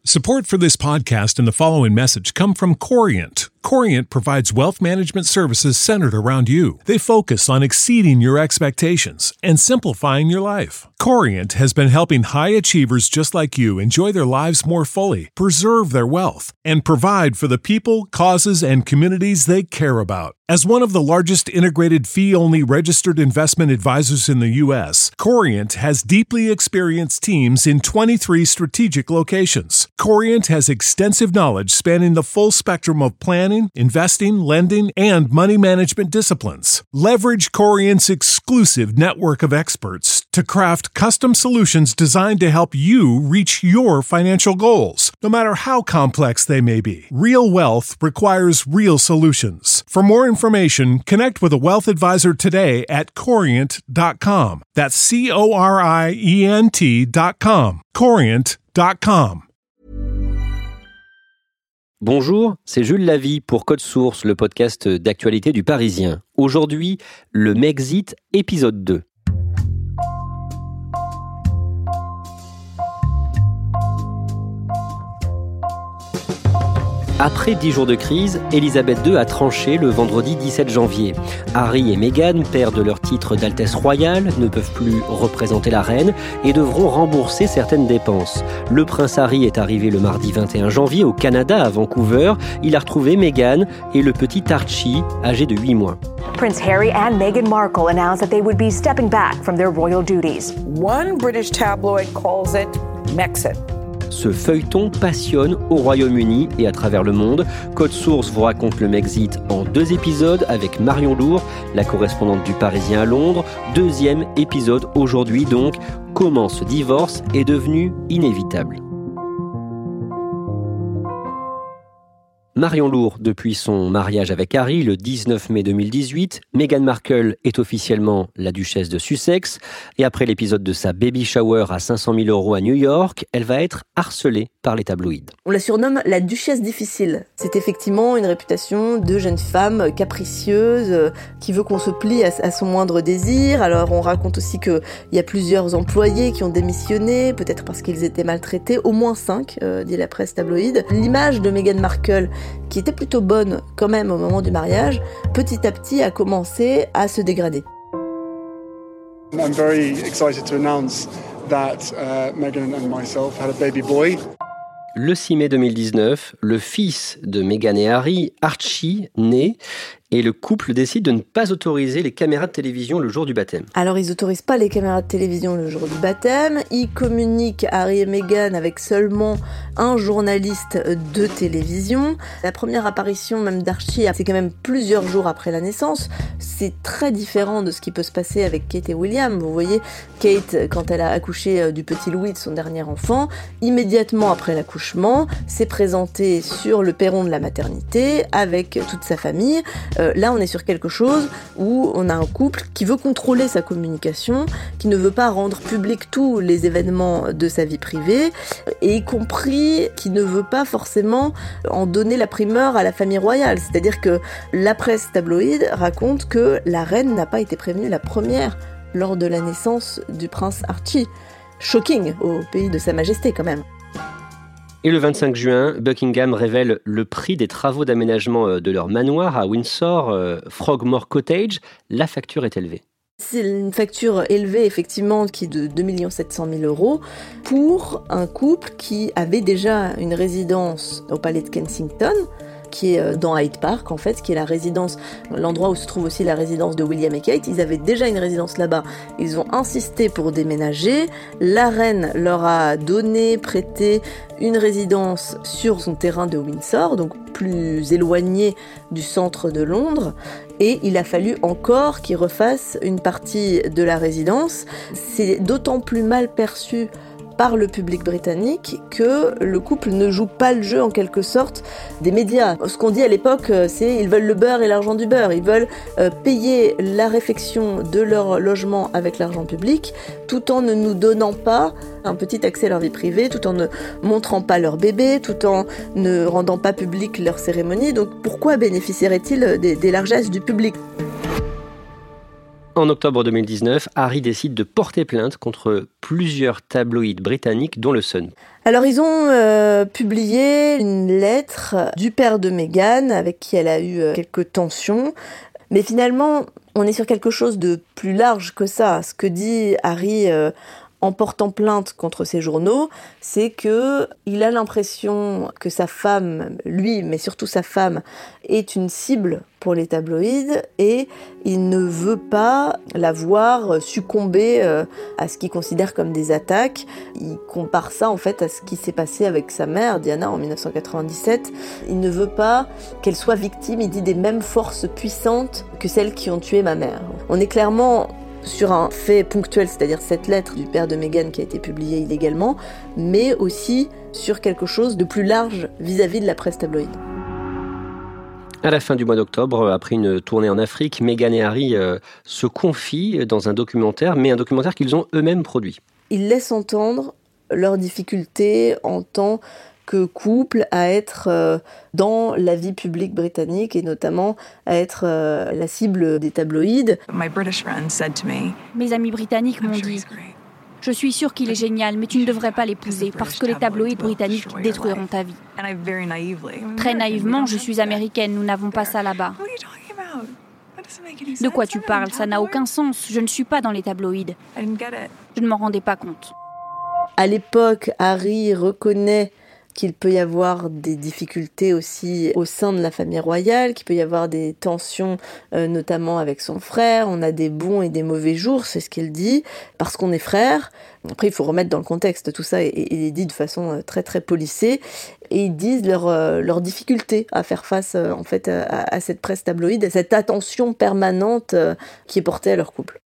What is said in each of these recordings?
Support for this podcast and the following message come from Corient. Corient provides wealth management services centered around you. They focus on exceeding your expectations and simplifying your life. Corient has been helping high achievers just like you enjoy their lives more fully, preserve their wealth, and provide for the people, causes, and communities they care about. As one of the largest integrated fee-only registered investment advisors in the U.S., Corient has deeply experienced teams in 23 strategic locations. Corient has extensive knowledge spanning the full spectrum of planning, investing, lending, and money management disciplines. Leverage Corient's exclusive network of experts to craft custom solutions designed to help you reach your financial goals, no matter how complex they may be. Real wealth requires real solutions. For more information, connect with a wealth advisor today at Corient.com. That's Corient.com. Corient.com. Bonjour, c'est Jules Lavie pour Code Source, le podcast d'actualité du Parisien. Aujourd'hui, le Mexit épisode 2. Après 10 jours de crise, Elisabeth II a tranché le vendredi 17 janvier. Harry et Meghan perdent leur titre d'Altesse royale, ne peuvent plus représenter la reine et devront rembourser certaines dépenses. Le prince Harry est arrivé le mardi 21 janvier au Canada, à Vancouver. Il a retrouvé Meghan et le petit Archie, âgé de 8 mois. Prince Harry and Meghan Markle announced that they would be stepping back from their royal duties. One British tabloid calls it Mexit. Ce feuilleton passionne au Royaume-Uni et à travers le monde. Code Source vous raconte le Mexit en 2 épisodes avec Marion Lourd, la correspondante du Parisien à Londres. 2e épisode aujourd'hui donc, comment ce divorce est devenu inévitable. Marion Lourd, depuis son mariage avec Harry le 19 mai 2018, Meghan Markle est officiellement la duchesse de Sussex et après l'épisode de sa baby shower à 500 000 € à New York, elle va être harcelée par les tabloïds. On la surnomme la duchesse difficile. C'est effectivement une réputation de jeune femme capricieuse qui veut qu'on se plie à son moindre désir. Alors on raconte aussi qu'il y a plusieurs employés qui ont démissionné, peut-être parce qu'ils étaient maltraités, au moins 5, dit la presse tabloïde. L'image de Meghan Markle, qui était plutôt bonne quand même au moment du mariage, petit à petit a commencé à se dégrader. I'm very excited to announce that Meghan and myself had a baby boy. Le 6 mai 2019, le fils de Meghan et Harry, Archie, naît et le couple décide de ne pas autoriser les caméras de télévision le jour du baptême. Alors ils n'autorisent pas les caméras de télévision le jour du baptême, ils communiquent Harry et Meghan avec seulement un journaliste de télévision. La première apparition même d'Archie, c'est quand même plusieurs jours après la naissance. C'est très différent de ce qui peut se passer avec Kate et William. Vous voyez, Kate, quand elle a accouché du petit Louis, de son dernier enfant, immédiatement après l'accouchement, s'est présentée sur le perron de la maternité avec toute sa famille. Là, on est sur quelque chose où on a un couple qui veut contrôler sa communication, qui ne veut pas rendre public tous les événements de sa vie privée, et y compris qui ne veut pas forcément en donner la primeur à la famille royale. C'est-à-dire que la presse tabloïde raconte que la reine n'a pas été prévenue la première lors de la naissance du prince Archie. Shocking au pays de Sa Majesté quand même. Et le 25 juin, Buckingham révèle le prix des travaux d'aménagement de leur manoir à Windsor, Frogmore Cottage. La facture est élevée. C'est une facture élevée, effectivement, qui est de 2 700 000 € pour un couple qui avait déjà une résidence au palais de Kensington, qui est dans Hyde Park, en fait, qui est la résidence, l'endroit où se trouve aussi la résidence de William et Kate. Ils avaient déjà une résidence là-bas. Ils ont insisté pour déménager. La reine leur a prêté une résidence sur son terrain de Windsor, donc plus éloigné du centre de Londres. Et il a fallu encore qu'ils refassent une partie de la résidence. C'est d'autant plus mal perçu par le public britannique que le couple ne joue pas le jeu en quelque sorte des médias. Ce qu'on dit à l'époque, c'est ils veulent le beurre et l'argent du beurre. Ils veulent payer la réfection de leur logement avec l'argent public tout en ne nous donnant pas un petit accès à leur vie privée, tout en ne montrant pas leur bébé, tout en ne rendant pas public leur cérémonie. Donc pourquoi bénéficieraient-ils des largesses du public ? En octobre 2019, Harry décide de porter plainte contre plusieurs tabloïds britanniques, dont le Sun. Alors ils ont publié une lettre du père de Meghan avec qui elle a eu quelques tensions. Mais finalement, on est sur quelque chose de plus large que ça. Ce que dit Harry en portant plainte contre ces journaux, c'est que il a l'impression que sa femme, lui, mais surtout sa femme, est une cible pour les tabloïds et il ne veut pas la voir succomber à ce qu'il considère comme des attaques. Il compare ça en fait à ce qui s'est passé avec sa mère, Diana, en 1997. Il ne veut pas qu'elle soit victime, il dit, des mêmes forces puissantes que celles qui ont tué ma mère. On est clairement sur un fait ponctuel, c'est-à-dire cette lettre du père de Meghan qui a été publiée illégalement, mais aussi sur quelque chose de plus large vis-à-vis de la presse tabloïde. À la fin du mois d'octobre, après une tournée en Afrique, Meghan et Harry se confient dans un documentaire, mais un documentaire qu'ils ont eux-mêmes produit. Ils laissent entendre leurs difficultés en tant que couple à être dans la vie publique britannique et notamment à être la cible des tabloïds. Mes amis britanniques m'ont dit « Je suis sûre qu'il est génial, mais tu ne devrais pas l'épouser parce que les tabloïds britanniques détruiront ta vie. » Très naïvement, je suis américaine, nous n'avons pas ça là-bas. De quoi tu parles? Ça n'a aucun sens. Je ne suis pas dans les tabloïds. Je ne m'en rendais pas compte. À l'époque, Harry reconnaît qu'il peut y avoir des difficultés aussi au sein de la famille royale, qu'il peut y avoir des tensions notamment avec son frère. On a des bons et des mauvais jours, c'est ce qu'il dit, parce qu'on est frères. Après, il faut remettre dans le contexte tout ça, et il est dit de façon très très policée. Et ils disent leur difficulté à faire face en fait à cette presse tabloïde, à cette attention permanente qui est portée à leur couple.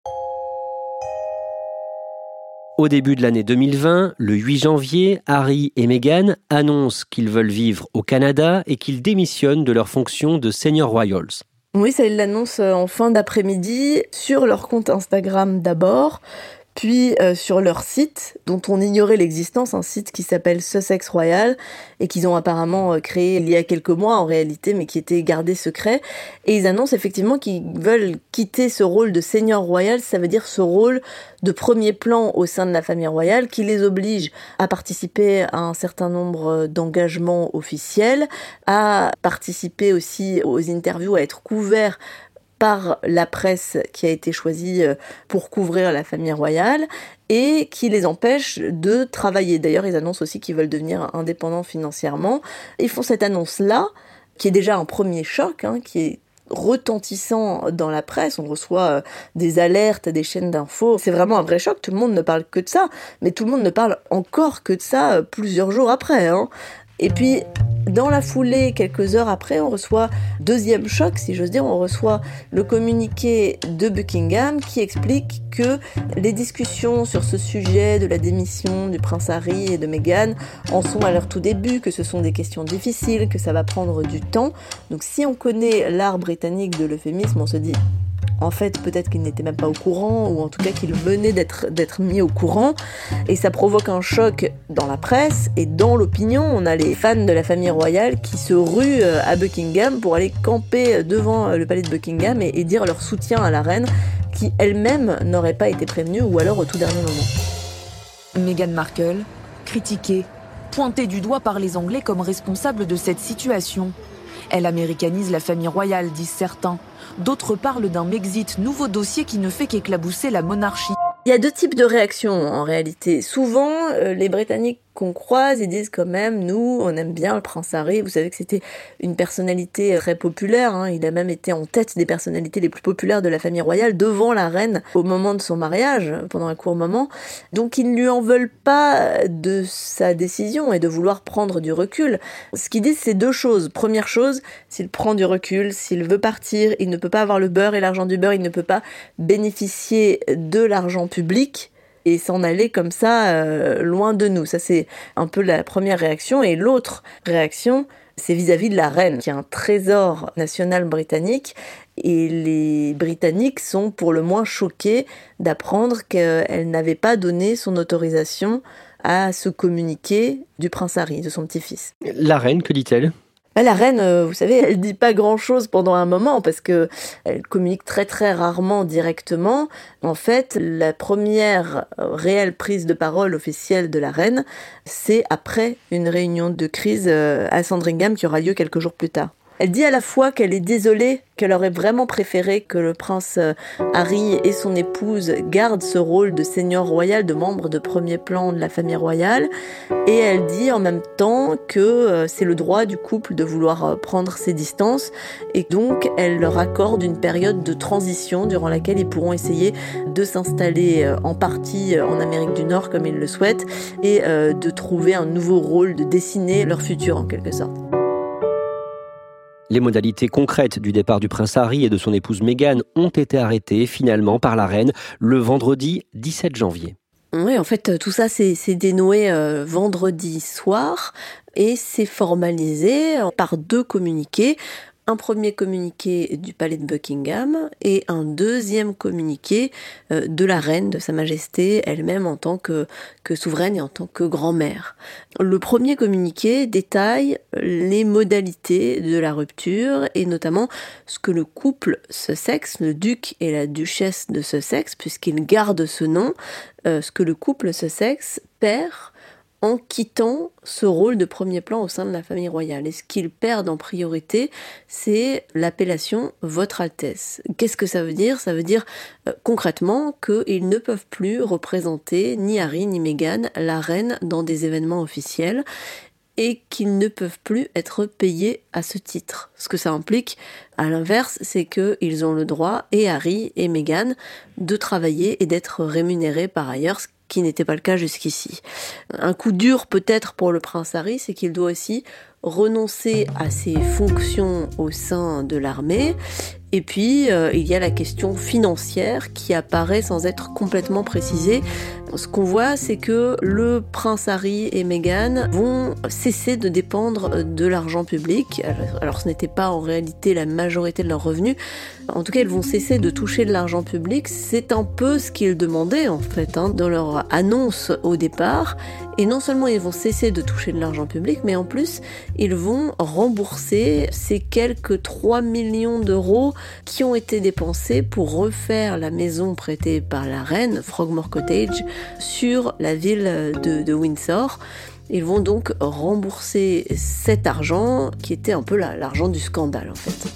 Au début de l'année 2020, le 8 janvier, Harry et Meghan annoncent qu'ils veulent vivre au Canada et qu'ils démissionnent de leur fonction de senior royals. Oui, ça, ils l'annoncent en fin d'après-midi sur leur compte Instagram d'abord, puis sur leur site, dont on ignorait l'existence, un site qui s'appelle Sussex Royal, et qu'ils ont apparemment créé il y a quelques mois en réalité, mais qui était gardé secret. Et ils annoncent effectivement qu'ils veulent quitter ce rôle de senior royal, ça veut dire ce rôle de premier plan au sein de la famille royale, qui les oblige à participer à un certain nombre d'engagements officiels, à participer aussi aux interviews, à être couverts par la presse qui a été choisie pour couvrir la famille royale et qui les empêche de travailler. D'ailleurs, ils annoncent aussi qu'ils veulent devenir indépendants financièrement. Ils font cette annonce-là, qui est déjà un premier choc, qui est retentissant dans la presse. On reçoit des alertes des chaînes d'infos. C'est vraiment un vrai choc. Tout le monde ne parle que de ça, mais tout le monde ne parle encore que de ça plusieurs jours après. Et puis, dans la foulée, quelques heures après, on reçoit deuxième choc, si j'ose dire, on reçoit le communiqué de Buckingham qui explique que les discussions sur ce sujet de la démission du prince Harry et de Meghan en sont à leur tout début, que ce sont des questions difficiles, que ça va prendre du temps. Donc si on connaît l'art britannique de l'euphémisme, on se dit... En fait, peut-être qu'il n'était même pas au courant, ou en tout cas qu'il venait d'être mis au courant. Et ça provoque un choc dans la presse et dans l'opinion. On a les fans de la famille royale qui se ruent à Buckingham pour aller camper devant le palais de Buckingham et dire leur soutien à la reine, qui elle-même n'aurait pas été prévenue, ou alors au tout dernier moment. Meghan Markle, critiquée, pointée du doigt par les Anglais comme responsable de cette situation. Elle américanise la famille royale, disent certains. D'autres parlent d'un Megxit, nouveau dossier qui ne fait qu'éclabousser la monarchie. Il y a deux types de réactions en réalité. Souvent, les Britanniques qu'on croise, ils disent quand même, nous, on aime bien le prince Harry. Vous savez que c'était une personnalité très populaire. Il a même été en tête des personnalités les plus populaires de la famille royale, devant la reine au moment de son mariage, pendant un court moment. Donc ils ne lui en veulent pas de sa décision et de vouloir prendre du recul. Ce qu'ils disent, c'est deux choses. Première chose, s'il prend du recul, s'il veut partir, il ne peut pas avoir le beurre et l'argent du beurre, il ne peut pas bénéficier de l'argent public et s'en aller comme ça loin de nous. Ça, c'est un peu la première réaction. Et l'autre réaction, c'est vis-à-vis de la reine, qui est un trésor national britannique. Et les Britanniques sont pour le moins choqués d'apprendre qu'elle n'avait pas donné son autorisation à ce communiqué du prince Harry, de son petit-fils. La reine, que dit-elle ? La reine, vous savez, elle dit pas grand-chose pendant un moment parce que elle communique très très rarement directement. En fait, la première réelle prise de parole officielle de la reine, c'est après une réunion de crise à Sandringham qui aura lieu quelques jours plus tard. Elle dit à la fois qu'elle est désolée, qu'elle aurait vraiment préféré que le prince Harry et son épouse gardent ce rôle de seigneur royal, de membre de premier plan de la famille royale. Et elle dit en même temps que c'est le droit du couple de vouloir prendre ses distances. Et donc, elle leur accorde une période de transition durant laquelle ils pourront essayer de s'installer en partie en Amérique du Nord comme ils le souhaitent et de trouver un nouveau rôle, de dessiner leur futur en quelque sorte. Les modalités concrètes du départ du prince Harry et de son épouse Meghan ont été arrêtées finalement par la reine le vendredi 17 janvier. Oui, en fait, tout ça s'est dénoué vendredi soir et c'est formalisé par 2 communiqués. Un premier communiqué du palais de Buckingham et un deuxième communiqué de la reine, de Sa Majesté elle-même en tant que souveraine et en tant que grand-mère. Le premier communiqué détaille les modalités de la rupture et notamment ce que le couple Sussex, le duc et la duchesse de Sussex, puisqu'ils gardent ce nom, ce que le couple Sussex perd en quittant ce rôle de premier plan au sein de la famille royale. Et ce qu'ils perdent en priorité, c'est l'appellation « Votre Altesse ». Qu'est-ce que ça veut dire ? Ça veut dire concrètement qu'ils ne peuvent plus représenter ni Harry ni Meghan, la reine, dans des événements officiels et qu'ils ne peuvent plus être payés à ce titre. Ce que ça implique, à l'inverse, c'est qu'ils ont le droit, et Harry et Meghan, de travailler et d'être rémunérés par ailleurs, ce qui n'était pas le cas jusqu'ici. Un coup dur peut-être pour le prince Harry, c'est qu'il doit aussi renoncer à ses fonctions au sein de l'armée. Et puis, il y a la question financière qui apparaît sans être complètement précisée. Ce qu'on voit, c'est que le prince Harry et Meghan vont cesser de dépendre de l'argent public. Alors, ce n'était pas en réalité la majorité de leurs revenus. En tout cas, ils vont cesser de toucher de l'argent public. C'est un peu ce qu'ils demandaient, en fait, dans leur annonce au départ. Et non seulement ils vont cesser de toucher de l'argent public, mais en plus, ils vont rembourser ces quelques 3 millions d'euros qui ont été dépensés pour refaire la maison prêtée par la reine, Frogmore Cottage, sur la ville de Windsor. Ils vont donc rembourser cet argent qui était un peu l'argent du scandale en fait.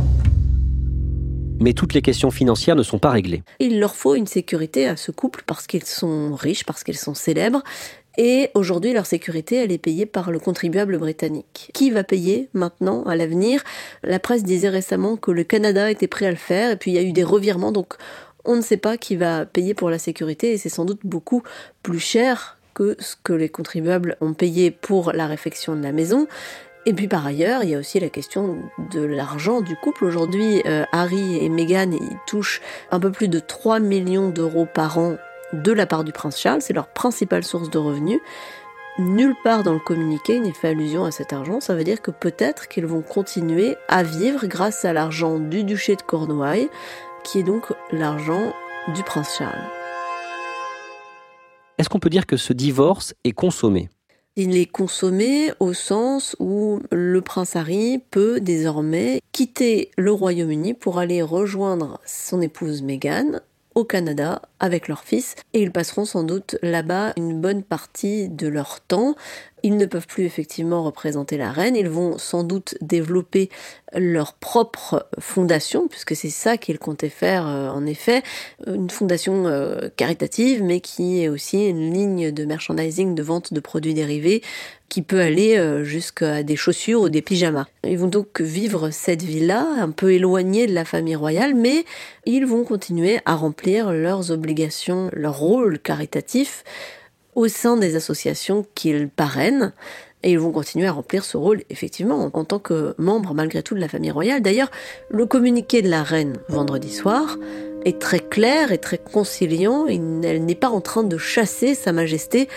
Mais toutes les questions financières ne sont pas réglées. Il leur faut une sécurité à ce couple parce qu'ils sont riches, parce qu'ils sont célèbres. Et aujourd'hui, leur sécurité, elle est payée par le contribuable britannique. Qui va payer maintenant, à l'avenir ? La presse disait récemment que le Canada était prêt à le faire, et puis il y a eu des revirements, donc on ne sait pas qui va payer pour la sécurité, et c'est sans doute beaucoup plus cher que ce que les contribuables ont payé pour la réfection de la maison. Et puis par ailleurs, il y a aussi la question de l'argent du couple. Aujourd'hui, Harry et Meghan, ils touchent un peu plus de 3 millions d'euros par an de la part du prince Charles, c'est leur principale source de revenus. Nulle part dans le communiqué il n'est fait allusion à cet argent, ça veut dire que peut-être qu'ils vont continuer à vivre grâce à l'argent du duché de Cornouailles, qui est donc l'argent du prince Charles. Est-ce qu'on peut dire que ce divorce est consommé ? Il est consommé au sens où le prince Harry peut désormais quitter le Royaume-Uni pour aller rejoindre son épouse Meghan au Canada avec leur fils et ils passeront sans doute là-bas une bonne partie de leur temps. Ils ne peuvent plus effectivement représenter la reine, ils vont sans doute développer leur propre fondation, puisque c'est ça qu'ils comptaient faire en effet, une fondation caritative, mais qui est aussi une ligne de merchandising, de vente de produits dérivés, qui peut aller jusqu'à des chaussures ou des pyjamas. Ils vont donc vivre cette vie-là, un peu éloignés de la famille royale, mais ils vont continuer à remplir leurs obligations, leur rôle caritatif, au sein des associations qu'ils parrainent, et ils vont continuer à remplir ce rôle, effectivement, en tant que membres, malgré tout, de la famille royale. D'ailleurs, le communiqué de la reine, vendredi soir, est très clair et très conciliant. Elle n'est pas en train de chasser Sa Majesté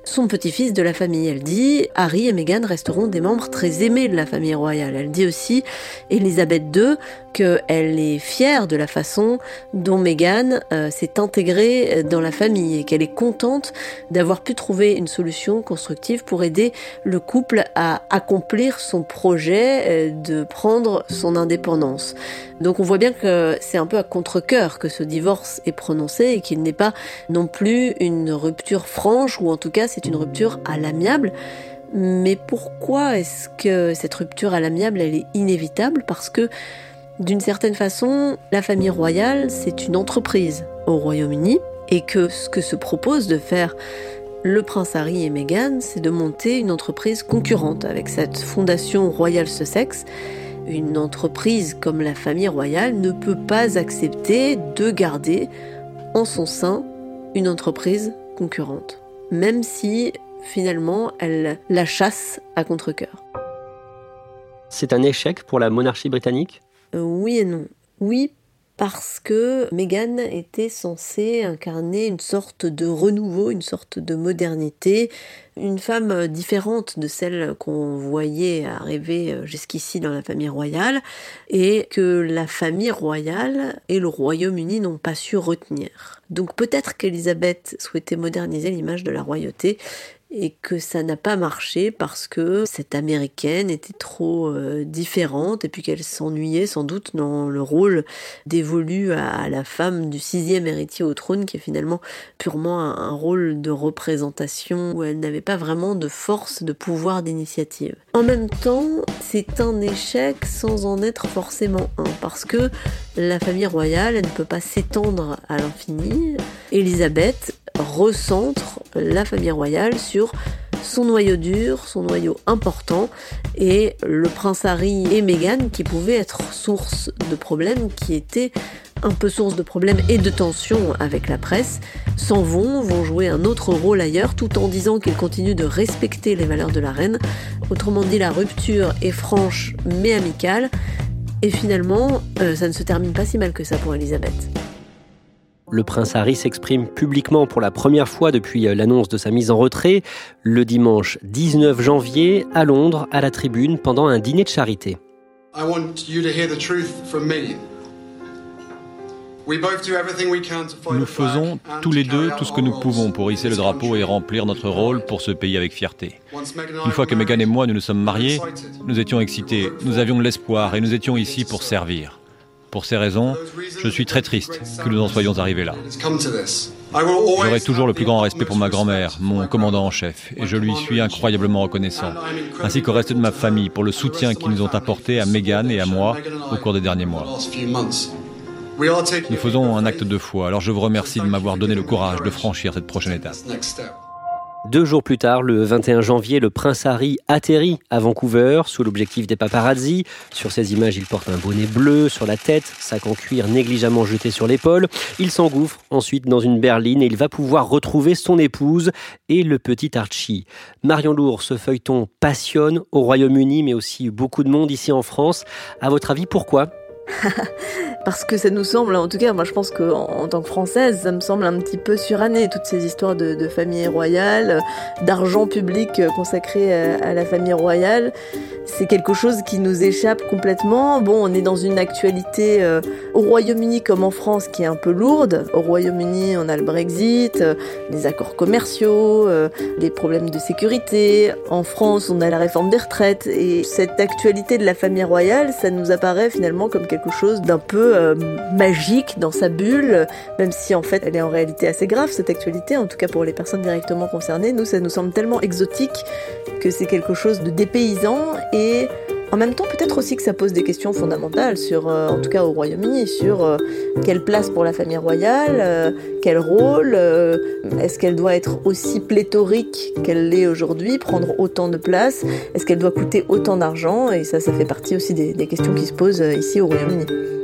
son petit-fils de la famille. Elle dit « Harry et Meghan resteront des membres très aimés de la famille royale ». Elle dit aussi, Elisabeth II, qu'elle est fière de la façon dont Meghan s'est intégrée dans la famille et qu'elle est contente d'avoir pu trouver une solution constructive pour aider le couple à accomplir son projet de prendre son indépendance. Donc on voit bien que c'est un peu à contre-cœur que ce divorce est prononcé et qu'il n'est pas non plus une rupture franche, ou en tout cas c'est une rupture à l'amiable. Mais pourquoi est-ce que cette rupture à l'amiable elle est inévitable ? Parce que d'une certaine façon, la famille royale, c'est une entreprise au Royaume-Uni, et que ce que se propose de faire le prince Harry et Meghan, c'est de monter une entreprise concurrente avec cette fondation Royal Sussex. Une entreprise comme la famille royale ne peut pas accepter de garder en son sein une entreprise concurrente, même si finalement elle la chasse à contre-cœur. C'est un échec pour la monarchie britannique ? Oui et non. Oui, parce que Meghan était censée incarner une sorte de renouveau, une sorte de modernité, une femme différente de celle qu'on voyait arriver jusqu'ici dans la famille royale, et que la famille royale et le Royaume-Uni n'ont pas su retenir. Donc peut-être qu'Elisabeth souhaitait moderniser l'image de la royauté, et que ça n'a pas marché parce que cette américaine était trop différente et puis qu'elle s'ennuyait sans doute dans le rôle dévolu à la femme du 6e héritier au trône, qui est finalement purement un rôle de représentation où elle n'avait pas vraiment de force, de pouvoir d'initiative. En même temps, c'est un échec sans en être forcément un, parce que la famille royale, elle ne peut pas s'étendre à l'infini. Elisabeth recentre la famille royale sur son noyau dur, son noyau important, et le prince Harry et Meghan, qui pouvaient être source de problèmes, qui étaient un peu source de problèmes et de tensions avec la presse, s'en vont jouer un autre rôle ailleurs, tout en disant qu'ils continuent de respecter les valeurs de la reine. Autrement dit, la rupture est franche mais amicale, et finalement, ça ne se termine pas si mal que ça pour Elisabeth. Le prince Harry s'exprime publiquement pour la première fois depuis l'annonce de sa mise en retrait, le dimanche 19 janvier, à Londres, à la Tribune, pendant un dîner de charité. I want you to hear the truth from me. Nous faisons tous les deux tout ce que nous pouvons pour hisser le drapeau et remplir notre rôle pour ce pays avec fierté. Une fois que Meghan et moi nous nous sommes mariés, nous étions excités, nous avions de l'espoir et nous étions ici pour servir. Pour ces raisons, je suis très triste que nous en soyons arrivés là. J'aurai toujours le plus grand respect pour ma grand-mère, mon commandant en chef, et je lui suis incroyablement reconnaissant, ainsi qu'au reste de ma famille pour le soutien qu'ils nous ont apporté à Meghan et à moi au cours des derniers mois. Nous faisons un acte de foi, alors je vous remercie de m'avoir donné le courage de franchir cette prochaine étape. 2 jours plus tard, le 21 janvier, le prince Harry atterrit à Vancouver sous l'objectif des paparazzi. Sur ces images, il porte un bonnet bleu sur la tête, sac en cuir négligemment jeté sur l'épaule. Il s'engouffre ensuite dans une berline et il va pouvoir retrouver son épouse et le petit Archie. Marion Lourd, ce feuilleton passionne au Royaume-Uni, mais aussi beaucoup de monde ici en France. À votre avis, pourquoi ? Parce que ça nous semble, en tout cas moi je pense qu'en tant que Française, ça me semble un petit peu suranné, toutes ces histoires de famille royale, d'argent public consacré à la famille royale. C'est quelque chose qui nous échappe complètement. Bon, on est dans une actualité au Royaume-Uni comme en France qui est un peu lourde. Au Royaume-Uni, on a le Brexit, les accords commerciaux, les problèmes de sécurité. En France, on a la réforme des retraites. Et cette actualité de la famille royale, ça nous apparaît finalement comme quelque chose d'un peu magique dans sa bulle, même si en fait elle est en réalité assez grave cette actualité, en tout cas pour les personnes directement concernées. Nous, ça nous semble tellement exotique que c'est quelque chose de dépaysant, et en même temps peut-être aussi que ça pose des questions fondamentales sur, en tout cas au Royaume-Uni, sur quelle place pour la famille royale, quel rôle, est-ce qu'elle doit être aussi pléthorique qu'elle l'est aujourd'hui, prendre autant de place, est-ce qu'elle doit coûter autant d'argent, et ça fait partie aussi des questions qui se posent ici au Royaume-Uni.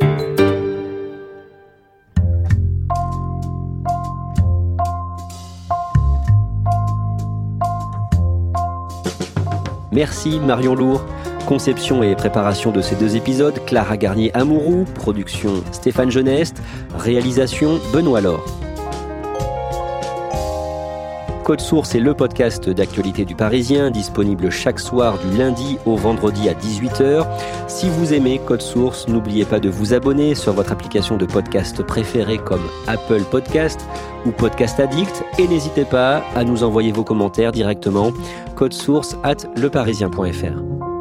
Merci Marion Lourd. Conception et préparation de ces 2 épisodes, Clara Garnier-Amouroux. Production Stéphane Geneste. Réalisation Benoît Laure. Code Source est le podcast d'actualité du Parisien, disponible chaque soir du lundi au vendredi à 18h. Si vous aimez Code Source, n'oubliez pas de vous abonner sur votre application de podcast préférée comme Apple Podcast ou Podcast Addict et n'hésitez pas à nous envoyer vos commentaires directement codesource@leparisien.fr.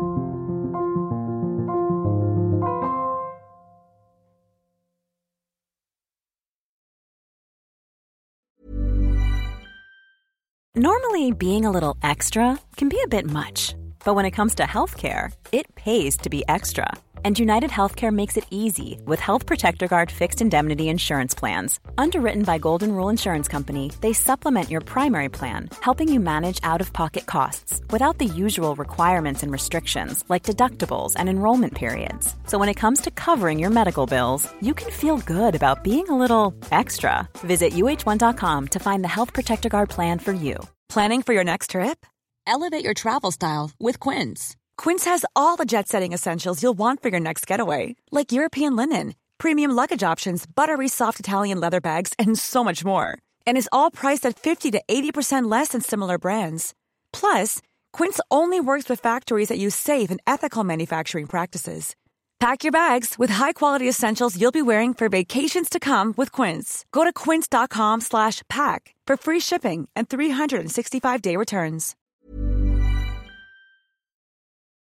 Normally, being a little extra can be a bit much, but when it comes to healthcare, it pays to be extra. And United Healthcare makes it easy with Health Protector Guard fixed indemnity insurance plans. Underwritten by Golden Rule Insurance Company, they supplement your primary plan, helping you manage out-of-pocket costs without the usual requirements and restrictions like deductibles and enrollment periods. So when it comes to covering your medical bills, you can feel good about being a little extra. Visit uh1.com to find the Health Protector Guard plan for you. Planning for your next trip? Elevate your travel style with Quince. Quince has all the jet-setting essentials you'll want for your next getaway, like European linen, premium luggage options, buttery soft Italian leather bags, and so much more. And is all priced at 50 to 80% less than similar brands. Plus, Quince only works with factories that use safe and ethical manufacturing practices. Pack your bags with high-quality essentials you'll be wearing for vacations to come with Quince. Go to quince.com/pack for free shipping and 365-day returns.